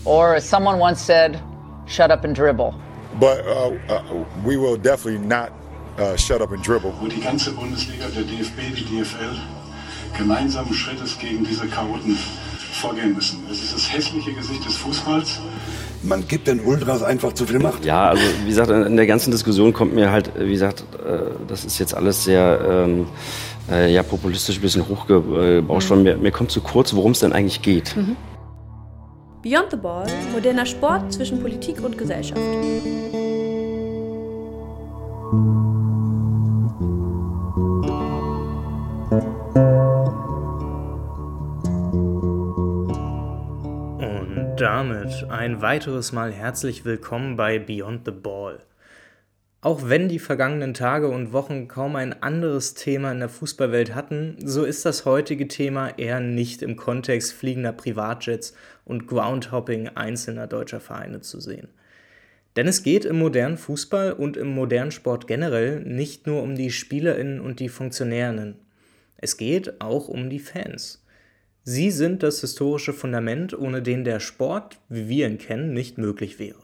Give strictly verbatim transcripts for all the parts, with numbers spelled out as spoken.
Or as someone once said, shut up and dribble. But uh, uh, we will definitely not uh, shut up and dribble. Wo die ganze Bundesliga, der D F B, die D F L gemeinsamen Schrittes gegen diese Chaoten vorgehen müssen. Es ist das hässliche Gesicht des Fußballs. Man gibt den Ultras einfach zu viel Macht. Ja, also wie gesagt, in der ganzen Diskussion kommt mir halt, wie gesagt, das ist jetzt alles sehr ähm, ja, populistisch, ein bisschen hochgebauscht worden. Mhm. Mir, mir kommt zu kurz, worum es denn eigentlich geht. Mhm. Beyond the Ball, moderner Sport zwischen Politik und Gesellschaft. Und damit ein weiteres Mal herzlich willkommen bei Beyond the Ball. Auch wenn die vergangenen Tage und Wochen kaum ein anderes Thema in der Fußballwelt hatten, so ist das heutige Thema eher nicht im Kontext fliegender Privatjets und Groundhopping einzelner deutscher Vereine zu sehen. Denn es geht im modernen Fußball und im modernen Sport generell nicht nur um die SpielerInnen und die Funktionärinnen. Es geht auch um die Fans. Sie sind das historische Fundament, ohne den der Sport, wie wir ihn kennen, nicht möglich wäre.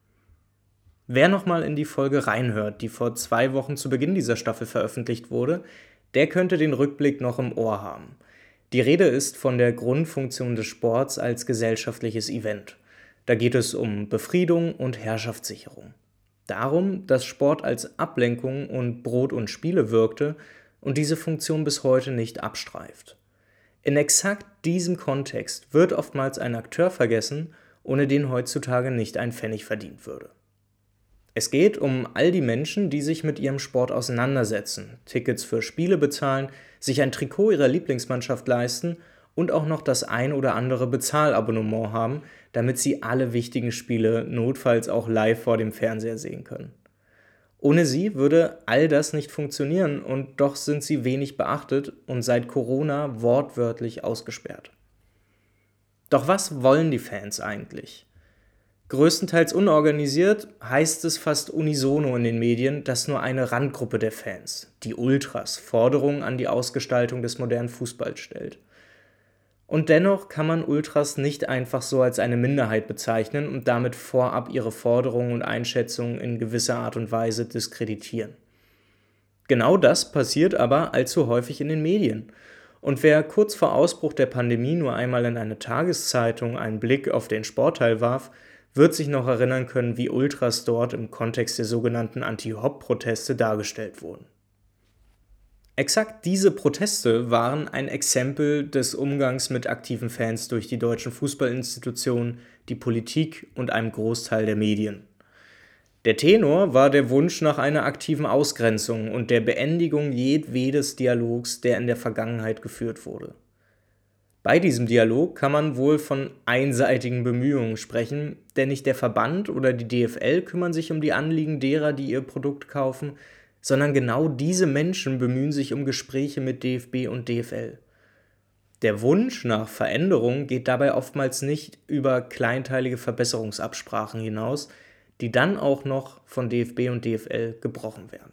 Wer nochmal in die Folge reinhört, die vor zwei Wochen zu Beginn dieser Staffel veröffentlicht wurde, der könnte den Rückblick noch im Ohr haben. Die Rede ist von der Grundfunktion des Sports als gesellschaftliches Event. Da geht es um Befriedung und Herrschaftssicherung. Darum, dass Sport als Ablenkung und Brot und Spiele wirkte und diese Funktion bis heute nicht abstreift. In exakt diesem Kontext wird oftmals ein Akteur vergessen, ohne den heutzutage nicht ein Pfennig verdient würde. Es geht um all die Menschen, die sich mit ihrem Sport auseinandersetzen, Tickets für Spiele bezahlen, sich ein Trikot ihrer Lieblingsmannschaft leisten und auch noch das ein oder andere Bezahlabonnement haben, damit sie alle wichtigen Spiele notfalls auch live vor dem Fernseher sehen können. Ohne sie würde all das nicht funktionieren und doch sind sie wenig beachtet und seit Corona wortwörtlich ausgesperrt. Doch was wollen die Fans eigentlich? Größtenteils unorganisiert heißt es fast unisono in den Medien, dass nur eine Randgruppe der Fans, die Ultras, Forderungen an die Ausgestaltung des modernen Fußballs stellt. Und dennoch kann man Ultras nicht einfach so als eine Minderheit bezeichnen und damit vorab ihre Forderungen und Einschätzungen in gewisser Art und Weise diskreditieren. Genau das passiert aber allzu häufig in den Medien. Und wer kurz vor Ausbruch der Pandemie nur einmal in eine Tageszeitung einen Blick auf den Sportteil warf, wird sich noch erinnern können, wie Ultras dort im Kontext der sogenannten Anti-Hop-Proteste dargestellt wurden. Exakt diese Proteste waren ein Exempel des Umgangs mit aktiven Fans durch die deutschen Fußballinstitutionen, die Politik und einem Großteil der Medien. Der Tenor war der Wunsch nach einer aktiven Ausgrenzung und der Beendigung jedwedes Dialogs, der in der Vergangenheit geführt wurde. Bei diesem Dialog kann man wohl von einseitigen Bemühungen sprechen, denn nicht der Verband oder die D F L kümmern sich um die Anliegen derer, die ihr Produkt kaufen, sondern genau diese Menschen bemühen sich um Gespräche mit D F B und D F L. Der Wunsch nach Veränderung geht dabei oftmals nicht über kleinteilige Verbesserungsabsprachen hinaus, die dann auch noch von D F B und D F L gebrochen werden.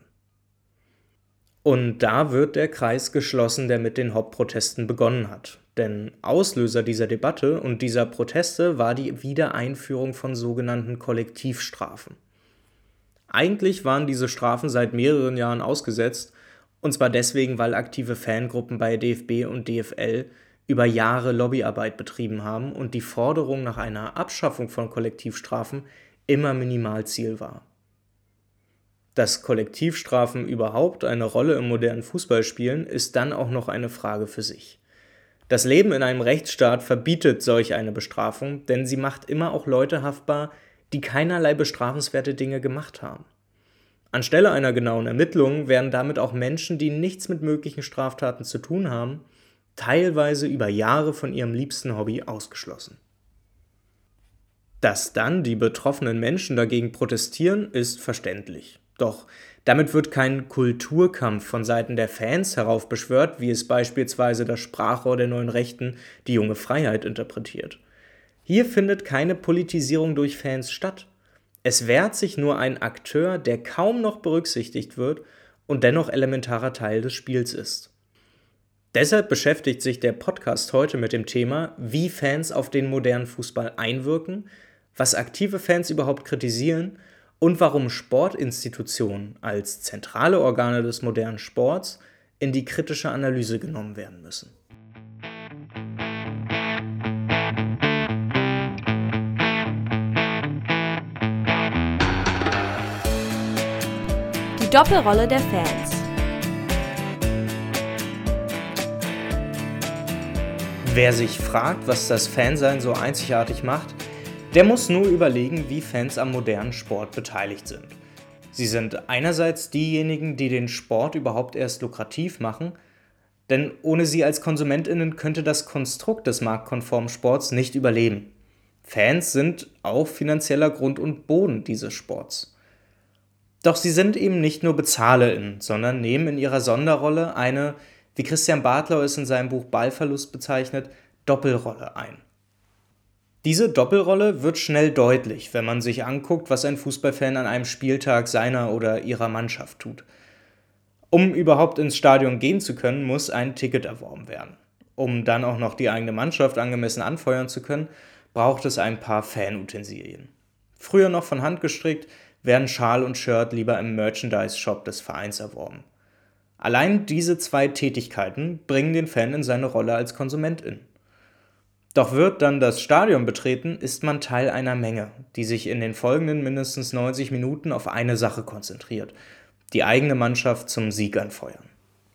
Und da wird der Kreis geschlossen, der mit den Hop-Protesten begonnen hat. Denn Auslöser dieser Debatte und dieser Proteste war die Wiedereinführung von sogenannten Kollektivstrafen. Eigentlich waren diese Strafen seit mehreren Jahren ausgesetzt, und zwar deswegen, weil aktive Fangruppen bei D F B und D F L über Jahre Lobbyarbeit betrieben haben und die Forderung nach einer Abschaffung von Kollektivstrafen immer Minimalziel war. Dass Kollektivstrafen überhaupt eine Rolle im modernen Fußball spielen, ist dann auch noch eine Frage für sich. Das Leben in einem Rechtsstaat verbietet solch eine Bestrafung, denn sie macht immer auch Leute haftbar, die keinerlei bestrafenswerte Dinge gemacht haben. Anstelle einer genauen Ermittlung werden damit auch Menschen, die nichts mit möglichen Straftaten zu tun haben, teilweise über Jahre von ihrem liebsten Hobby ausgeschlossen. Dass dann die betroffenen Menschen dagegen protestieren, ist verständlich. Doch damit wird kein Kulturkampf von Seiten der Fans heraufbeschwört, wie es beispielsweise das Sprachrohr der Neuen Rechten, die junge Freiheit, interpretiert. Hier findet keine Politisierung durch Fans statt. Es wehrt sich nur ein Akteur, der kaum noch berücksichtigt wird und dennoch elementarer Teil des Spiels ist. Deshalb beschäftigt sich der Podcast heute mit dem Thema, wie Fans auf den modernen Fußball einwirken, was aktive Fans überhaupt kritisieren und warum Sportinstitutionen als zentrale Organe des modernen Sports in die kritische Analyse genommen werden müssen. Die Doppelrolle der Fans. Wer sich fragt, was das Fansein so einzigartig macht, der muss nur überlegen, wie Fans am modernen Sport beteiligt sind. Sie sind einerseits diejenigen, die den Sport überhaupt erst lukrativ machen, denn ohne sie als KonsumentInnen könnte das Konstrukt des marktkonformen Sports nicht überleben. Fans sind auch finanzieller Grund und Boden dieses Sports. Doch sie sind eben nicht nur BezahlerInnen, sondern nehmen in ihrer Sonderrolle eine, wie Christian Bartlau es in seinem Buch Ballverlust bezeichnet, Doppelrolle ein. Diese Doppelrolle wird schnell deutlich, wenn man sich anguckt, was ein Fußballfan an einem Spieltag seiner oder ihrer Mannschaft tut. Um überhaupt ins Stadion gehen zu können, muss ein Ticket erworben werden. Um dann auch noch die eigene Mannschaft angemessen anfeuern zu können, braucht es ein paar Fanutensilien. Früher noch von Hand gestrickt, werden Schal und Shirt lieber im Merchandise-Shop des Vereins erworben. Allein diese zwei Tätigkeiten bringen den Fan in seine Rolle als Konsumentin. Doch wird dann das Stadion betreten, ist man Teil einer Menge, die sich in den folgenden mindestens neunzig Minuten auf eine Sache konzentriert: die eigene Mannschaft zum Sieg anfeuern.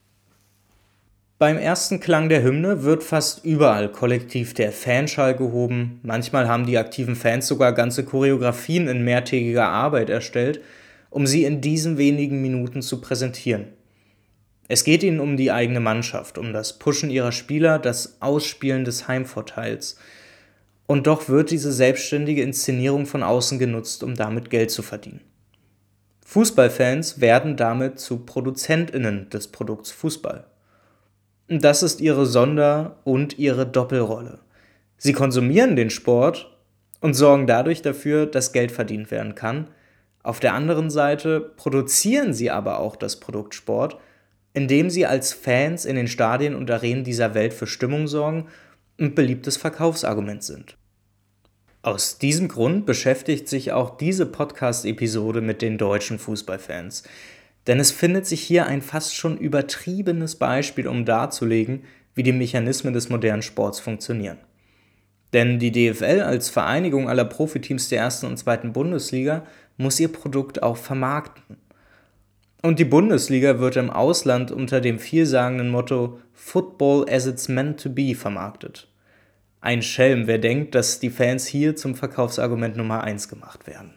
Beim ersten Klang der Hymne wird fast überall kollektiv der Fanschall gehoben, manchmal haben die aktiven Fans sogar ganze Choreografien in mehrtägiger Arbeit erstellt, um sie in diesen wenigen Minuten zu präsentieren. Es geht ihnen um die eigene Mannschaft, um das Pushen ihrer Spieler, das Ausspielen des Heimvorteils. Und doch wird diese selbstständige Inszenierung von außen genutzt, um damit Geld zu verdienen. Fußballfans werden damit zu ProduzentInnen des Produkts Fußball. Und das ist ihre Sonder- und ihre Doppelrolle. Sie konsumieren den Sport und sorgen dadurch dafür, dass Geld verdient werden kann. Auf der anderen Seite produzieren sie aber auch das Produkt Sport, indem sie als Fans in den Stadien und Arenen dieser Welt für Stimmung sorgen und beliebtes Verkaufsargument sind. Aus diesem Grund beschäftigt sich auch diese Podcast-Episode mit den deutschen Fußballfans. Denn es findet sich hier ein fast schon übertriebenes Beispiel, um darzulegen, wie die Mechanismen des modernen Sports funktionieren. Denn die D F L als Vereinigung aller Profiteams der ersten und zweiten Bundesliga muss ihr Produkt auch vermarkten. Und die Bundesliga wird im Ausland unter dem vielsagenden Motto Football as it's meant to be vermarktet. Ein Schelm, wer denkt, dass die Fans hier zum Verkaufsargument Nummer eins gemacht werden.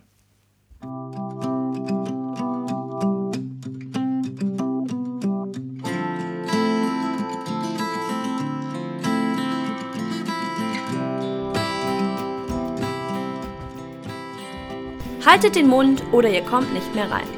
Haltet den Mund oder ihr kommt nicht mehr rein.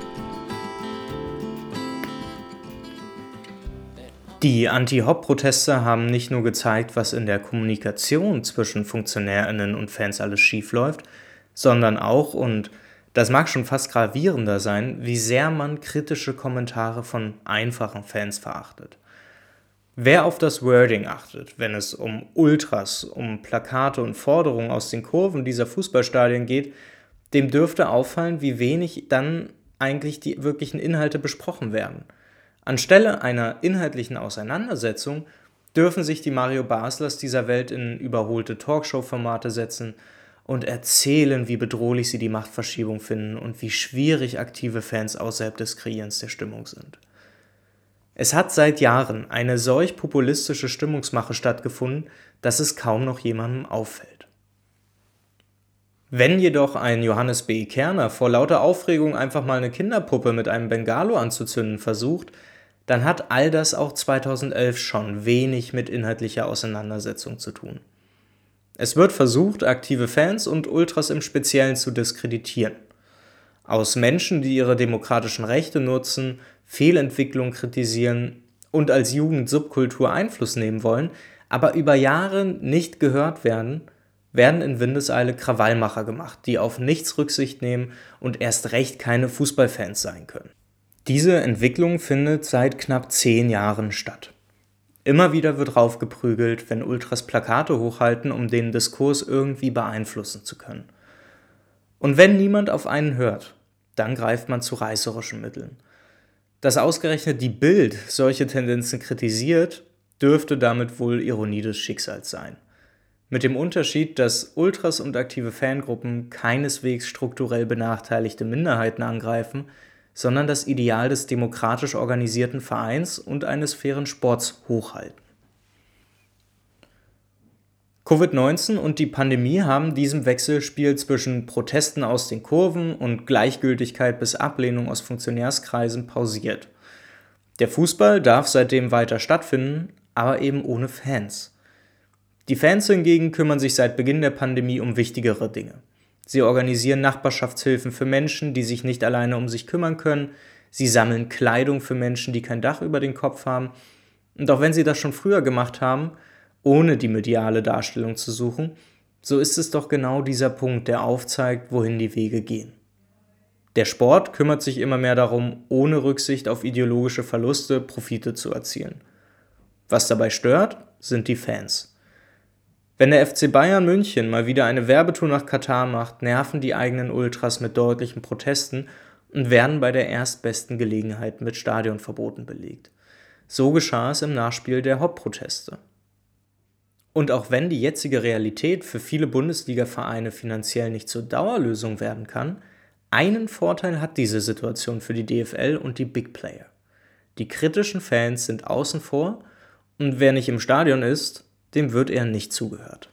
Die Anti-Hop-Proteste haben nicht nur gezeigt, was in der Kommunikation zwischen FunktionärInnen und Fans alles schiefläuft, sondern auch, und das mag schon fast gravierender sein, wie sehr man kritische Kommentare von einfachen Fans verachtet. Wer auf das Wording achtet, wenn es um Ultras, um Plakate und Forderungen aus den Kurven dieser Fußballstadien geht, dem dürfte auffallen, wie wenig dann eigentlich die wirklichen Inhalte besprochen werden. Anstelle einer inhaltlichen Auseinandersetzung dürfen sich die Mario Baslers dieser Welt in überholte Talkshow-Formate setzen und erzählen, wie bedrohlich sie die Machtverschiebung finden und wie schwierig aktive Fans außerhalb des Kreierens der Stimmung sind. Es hat seit Jahren eine solch populistische Stimmungsmache stattgefunden, dass es kaum noch jemandem auffällt. Wenn jedoch ein Johannes B. Kerner vor lauter Aufregung einfach mal eine Kinderpuppe mit einem Bengalo anzuzünden versucht, dann hat all das auch zweitausendelf schon wenig mit inhaltlicher Auseinandersetzung zu tun. Es wird versucht, aktive Fans und Ultras im Speziellen zu diskreditieren. Aus Menschen, die ihre demokratischen Rechte nutzen, Fehlentwicklung kritisieren und als Jugendsubkultur Einfluss nehmen wollen, aber über Jahre nicht gehört werden, werden in Windeseile Krawallmacher gemacht, die auf nichts Rücksicht nehmen und erst recht keine Fußballfans sein können. Diese Entwicklung findet seit knapp zehn Jahren statt. Immer wieder wird raufgeprügelt, wenn Ultras Plakate hochhalten, um den Diskurs irgendwie beeinflussen zu können. Und wenn niemand auf einen hört, dann greift man zu reißerischen Mitteln. Dass ausgerechnet die Bild solche Tendenzen kritisiert, dürfte damit wohl Ironie des Schicksals sein. Mit dem Unterschied, dass Ultras und aktive Fangruppen keineswegs strukturell benachteiligte Minderheiten angreifen, sondern das Ideal des demokratisch organisierten Vereins und eines fairen Sports hochhalten. Covid neunzehn und die Pandemie haben diesem Wechselspiel zwischen Protesten aus den Kurven und Gleichgültigkeit bis Ablehnung aus Funktionärskreisen pausiert. Der Fußball darf seitdem weiter stattfinden, aber eben ohne Fans. Die Fans hingegen kümmern sich seit Beginn der Pandemie um wichtigere Dinge. Sie organisieren Nachbarschaftshilfen für Menschen, die sich nicht alleine um sich kümmern können. Sie sammeln Kleidung für Menschen, die kein Dach über den Kopf haben. Und auch wenn sie das schon früher gemacht haben, ohne die mediale Darstellung zu suchen, so ist es doch genau dieser Punkt, der aufzeigt, wohin die Wege gehen. Der Sport kümmert sich immer mehr darum, ohne Rücksicht auf ideologische Verluste Profite zu erzielen. Was dabei stört, sind die Fans. Wenn der F C Bayern München mal wieder eine Werbetour nach Katar macht, nerven die eigenen Ultras mit deutlichen Protesten und werden bei der erstbesten Gelegenheit mit Stadionverboten belegt. So geschah es im Nachspiel der Hop-Proteste. Und auch wenn die jetzige Realität für viele Bundesliga-Vereine finanziell nicht zur Dauerlösung werden kann, einen Vorteil hat diese Situation für die D F L und die Big Player. Die kritischen Fans sind außen vor und wer nicht im Stadion ist, dem wird eher nicht zugehört.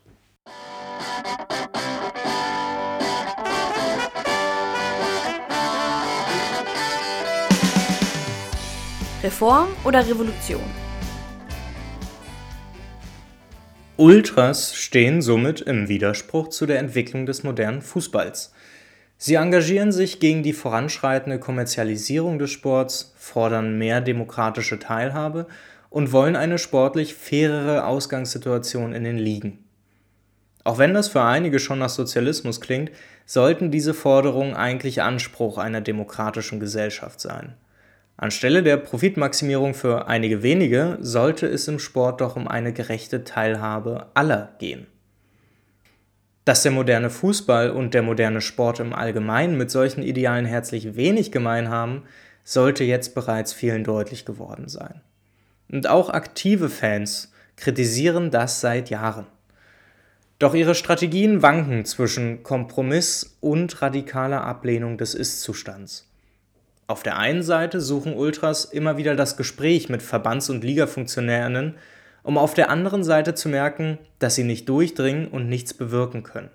Reform oder Revolution? Ultras stehen somit im Widerspruch zu der Entwicklung des modernen Fußballs. Sie engagieren sich gegen die voranschreitende Kommerzialisierung des Sports, fordern mehr demokratische Teilhabe und wollen eine sportlich fairere Ausgangssituation in den Ligen. Auch wenn das für einige schon nach Sozialismus klingt, sollten diese Forderungen eigentlich Anspruch einer demokratischen Gesellschaft sein. Anstelle der Profitmaximierung für einige wenige sollte es im Sport doch um eine gerechte Teilhabe aller gehen. Dass der moderne Fußball und der moderne Sport im Allgemeinen mit solchen Idealen herzlich wenig gemein haben, sollte jetzt bereits vielen deutlich geworden sein. Und auch aktive Fans kritisieren das seit Jahren. Doch ihre Strategien wanken zwischen Kompromiss und radikaler Ablehnung des Ist-Zustands. Auf der einen Seite suchen Ultras immer wieder das Gespräch mit Verbands- und Ligafunktionären, um auf der anderen Seite zu merken, dass sie nicht durchdringen und nichts bewirken können.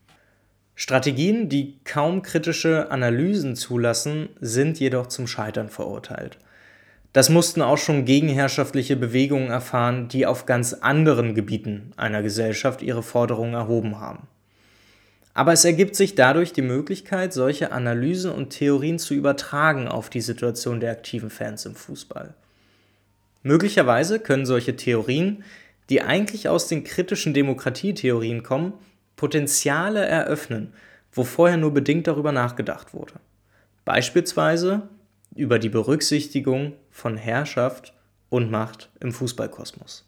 Strategien, die kaum kritische Analysen zulassen, sind jedoch zum Scheitern verurteilt. Das mussten auch schon gegenherrschaftliche Bewegungen erfahren, die auf ganz anderen Gebieten einer Gesellschaft ihre Forderungen erhoben haben. Aber es ergibt sich dadurch die Möglichkeit, solche Analysen und Theorien zu übertragen auf die Situation der aktiven Fans im Fußball. Möglicherweise können solche Theorien, die eigentlich aus den kritischen Demokratietheorien kommen, Potenziale eröffnen, wo vorher nur bedingt darüber nachgedacht wurde. Beispielsweise über die Berücksichtigung von Herrschaft und Macht im Fußballkosmos.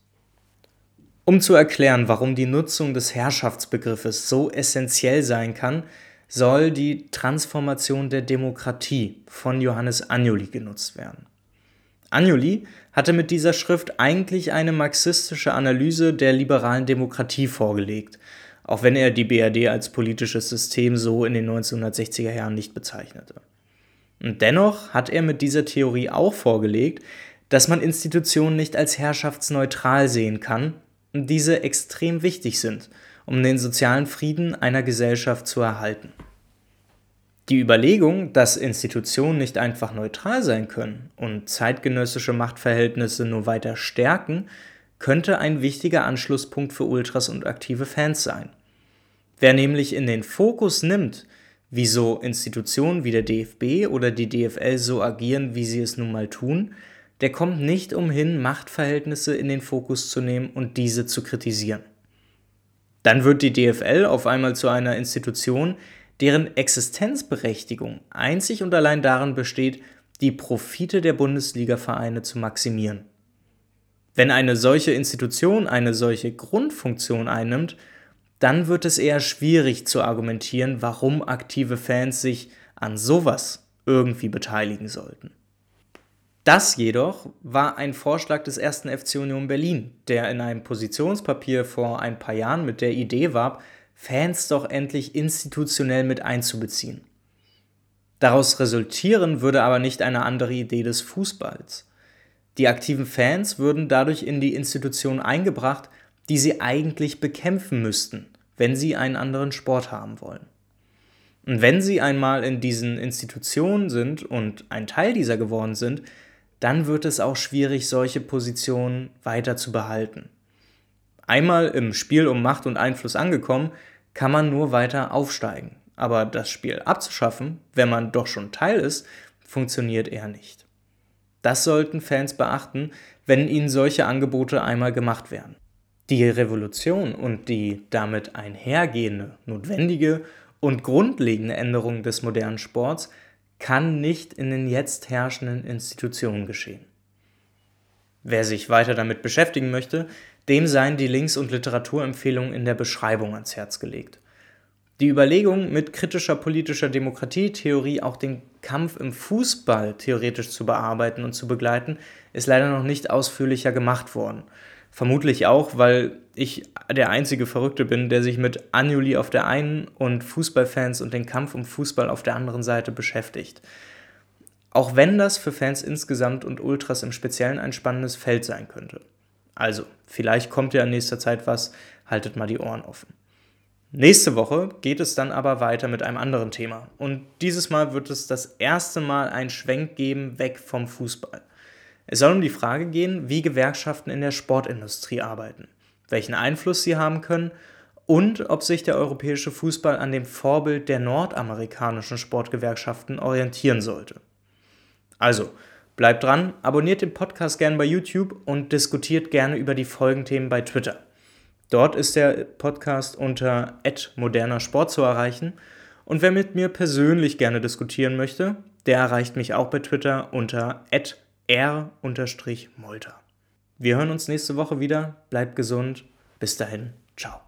Um zu erklären, warum die Nutzung des Herrschaftsbegriffes so essentiell sein kann, soll die Transformation der Demokratie von Johannes Anjuli genutzt werden. Anjuli hatte mit dieser Schrift eigentlich eine marxistische Analyse der liberalen Demokratie vorgelegt, auch wenn er die B R D als politisches System so in den neunzehnhundertsechziger Jahren nicht bezeichnete. Und dennoch hat er mit dieser Theorie auch vorgelegt, dass man Institutionen nicht als herrschaftsneutral sehen kann und diese extrem wichtig sind, um den sozialen Frieden einer Gesellschaft zu erhalten. Die Überlegung, dass Institutionen nicht einfach neutral sein können und zeitgenössische Machtverhältnisse nur weiter stärken, könnte ein wichtiger Anschlusspunkt für Ultras und aktive Fans sein. Wer nämlich in den Fokus nimmt, wieso Institutionen wie der D F B oder die D F L so agieren, wie sie es nun mal tun, der kommt nicht umhin, Machtverhältnisse in den Fokus zu nehmen und diese zu kritisieren. Dann wird die D F L auf einmal zu einer Institution, deren Existenzberechtigung einzig und allein darin besteht, die Profite der Bundesliga-Vereine zu maximieren. Wenn eine solche Institution eine solche Grundfunktion einnimmt, dann wird es eher schwierig zu argumentieren, warum aktive Fans sich an sowas irgendwie beteiligen sollten. Das jedoch war ein Vorschlag des ersten F C Union Berlin, der in einem Positionspapier vor ein paar Jahren mit der Idee warb, Fans doch endlich institutionell mit einzubeziehen. Daraus resultieren würde aber nicht eine andere Idee des Fußballs. Die aktiven Fans würden dadurch in die Institution eingebracht, die sie eigentlich bekämpfen müssten, wenn sie einen anderen Sport haben wollen. Und wenn sie einmal in diesen Institutionen sind und ein Teil dieser geworden sind, dann wird es auch schwierig, solche Positionen weiter zu behalten. Einmal im Spiel um Macht und Einfluss angekommen, kann man nur weiter aufsteigen. Aber das Spiel abzuschaffen, wenn man doch schon Teil ist, funktioniert eher nicht. Das sollten Fans beachten, wenn ihnen solche Angebote einmal gemacht werden. Die Revolution und die damit einhergehende, notwendige und grundlegende Änderung des modernen Sports kann nicht in den jetzt herrschenden Institutionen geschehen. Wer sich weiter damit beschäftigen möchte, dem seien die Links- und Literaturempfehlungen in der Beschreibung ans Herz gelegt. Die Überlegung, mit kritischer politischer Demokratietheorie auch den Kampf im Fußball theoretisch zu bearbeiten und zu begleiten, ist leider noch nicht ausführlicher gemacht worden. Vermutlich auch, weil ich der einzige Verrückte bin, der sich mit Anjuli auf der einen und Fußballfans und den Kampf um Fußball auf der anderen Seite beschäftigt. Auch wenn das für Fans insgesamt und Ultras im Speziellen ein spannendes Feld sein könnte. Also, vielleicht kommt ja in nächster Zeit was, haltet mal die Ohren offen. Nächste Woche geht es dann aber weiter mit einem anderen Thema. Und dieses Mal wird es das erste Mal einen Schwenk geben, weg vom Fußball. Es soll um die Frage gehen, wie Gewerkschaften in der Sportindustrie arbeiten, welchen Einfluss sie haben können und ob sich der europäische Fußball an dem Vorbild der nordamerikanischen Sportgewerkschaften orientieren sollte. Also, bleibt dran, abonniert den Podcast gerne bei YouTube und diskutiert gerne über die Folgenthemen bei Twitter. Dort ist der Podcast unter at moderner Sport zu erreichen und wer mit mir persönlich gerne diskutieren möchte, der erreicht mich auch bei Twitter unter at r Molter. Wir hören uns nächste Woche wieder, bleibt gesund, bis dahin, ciao.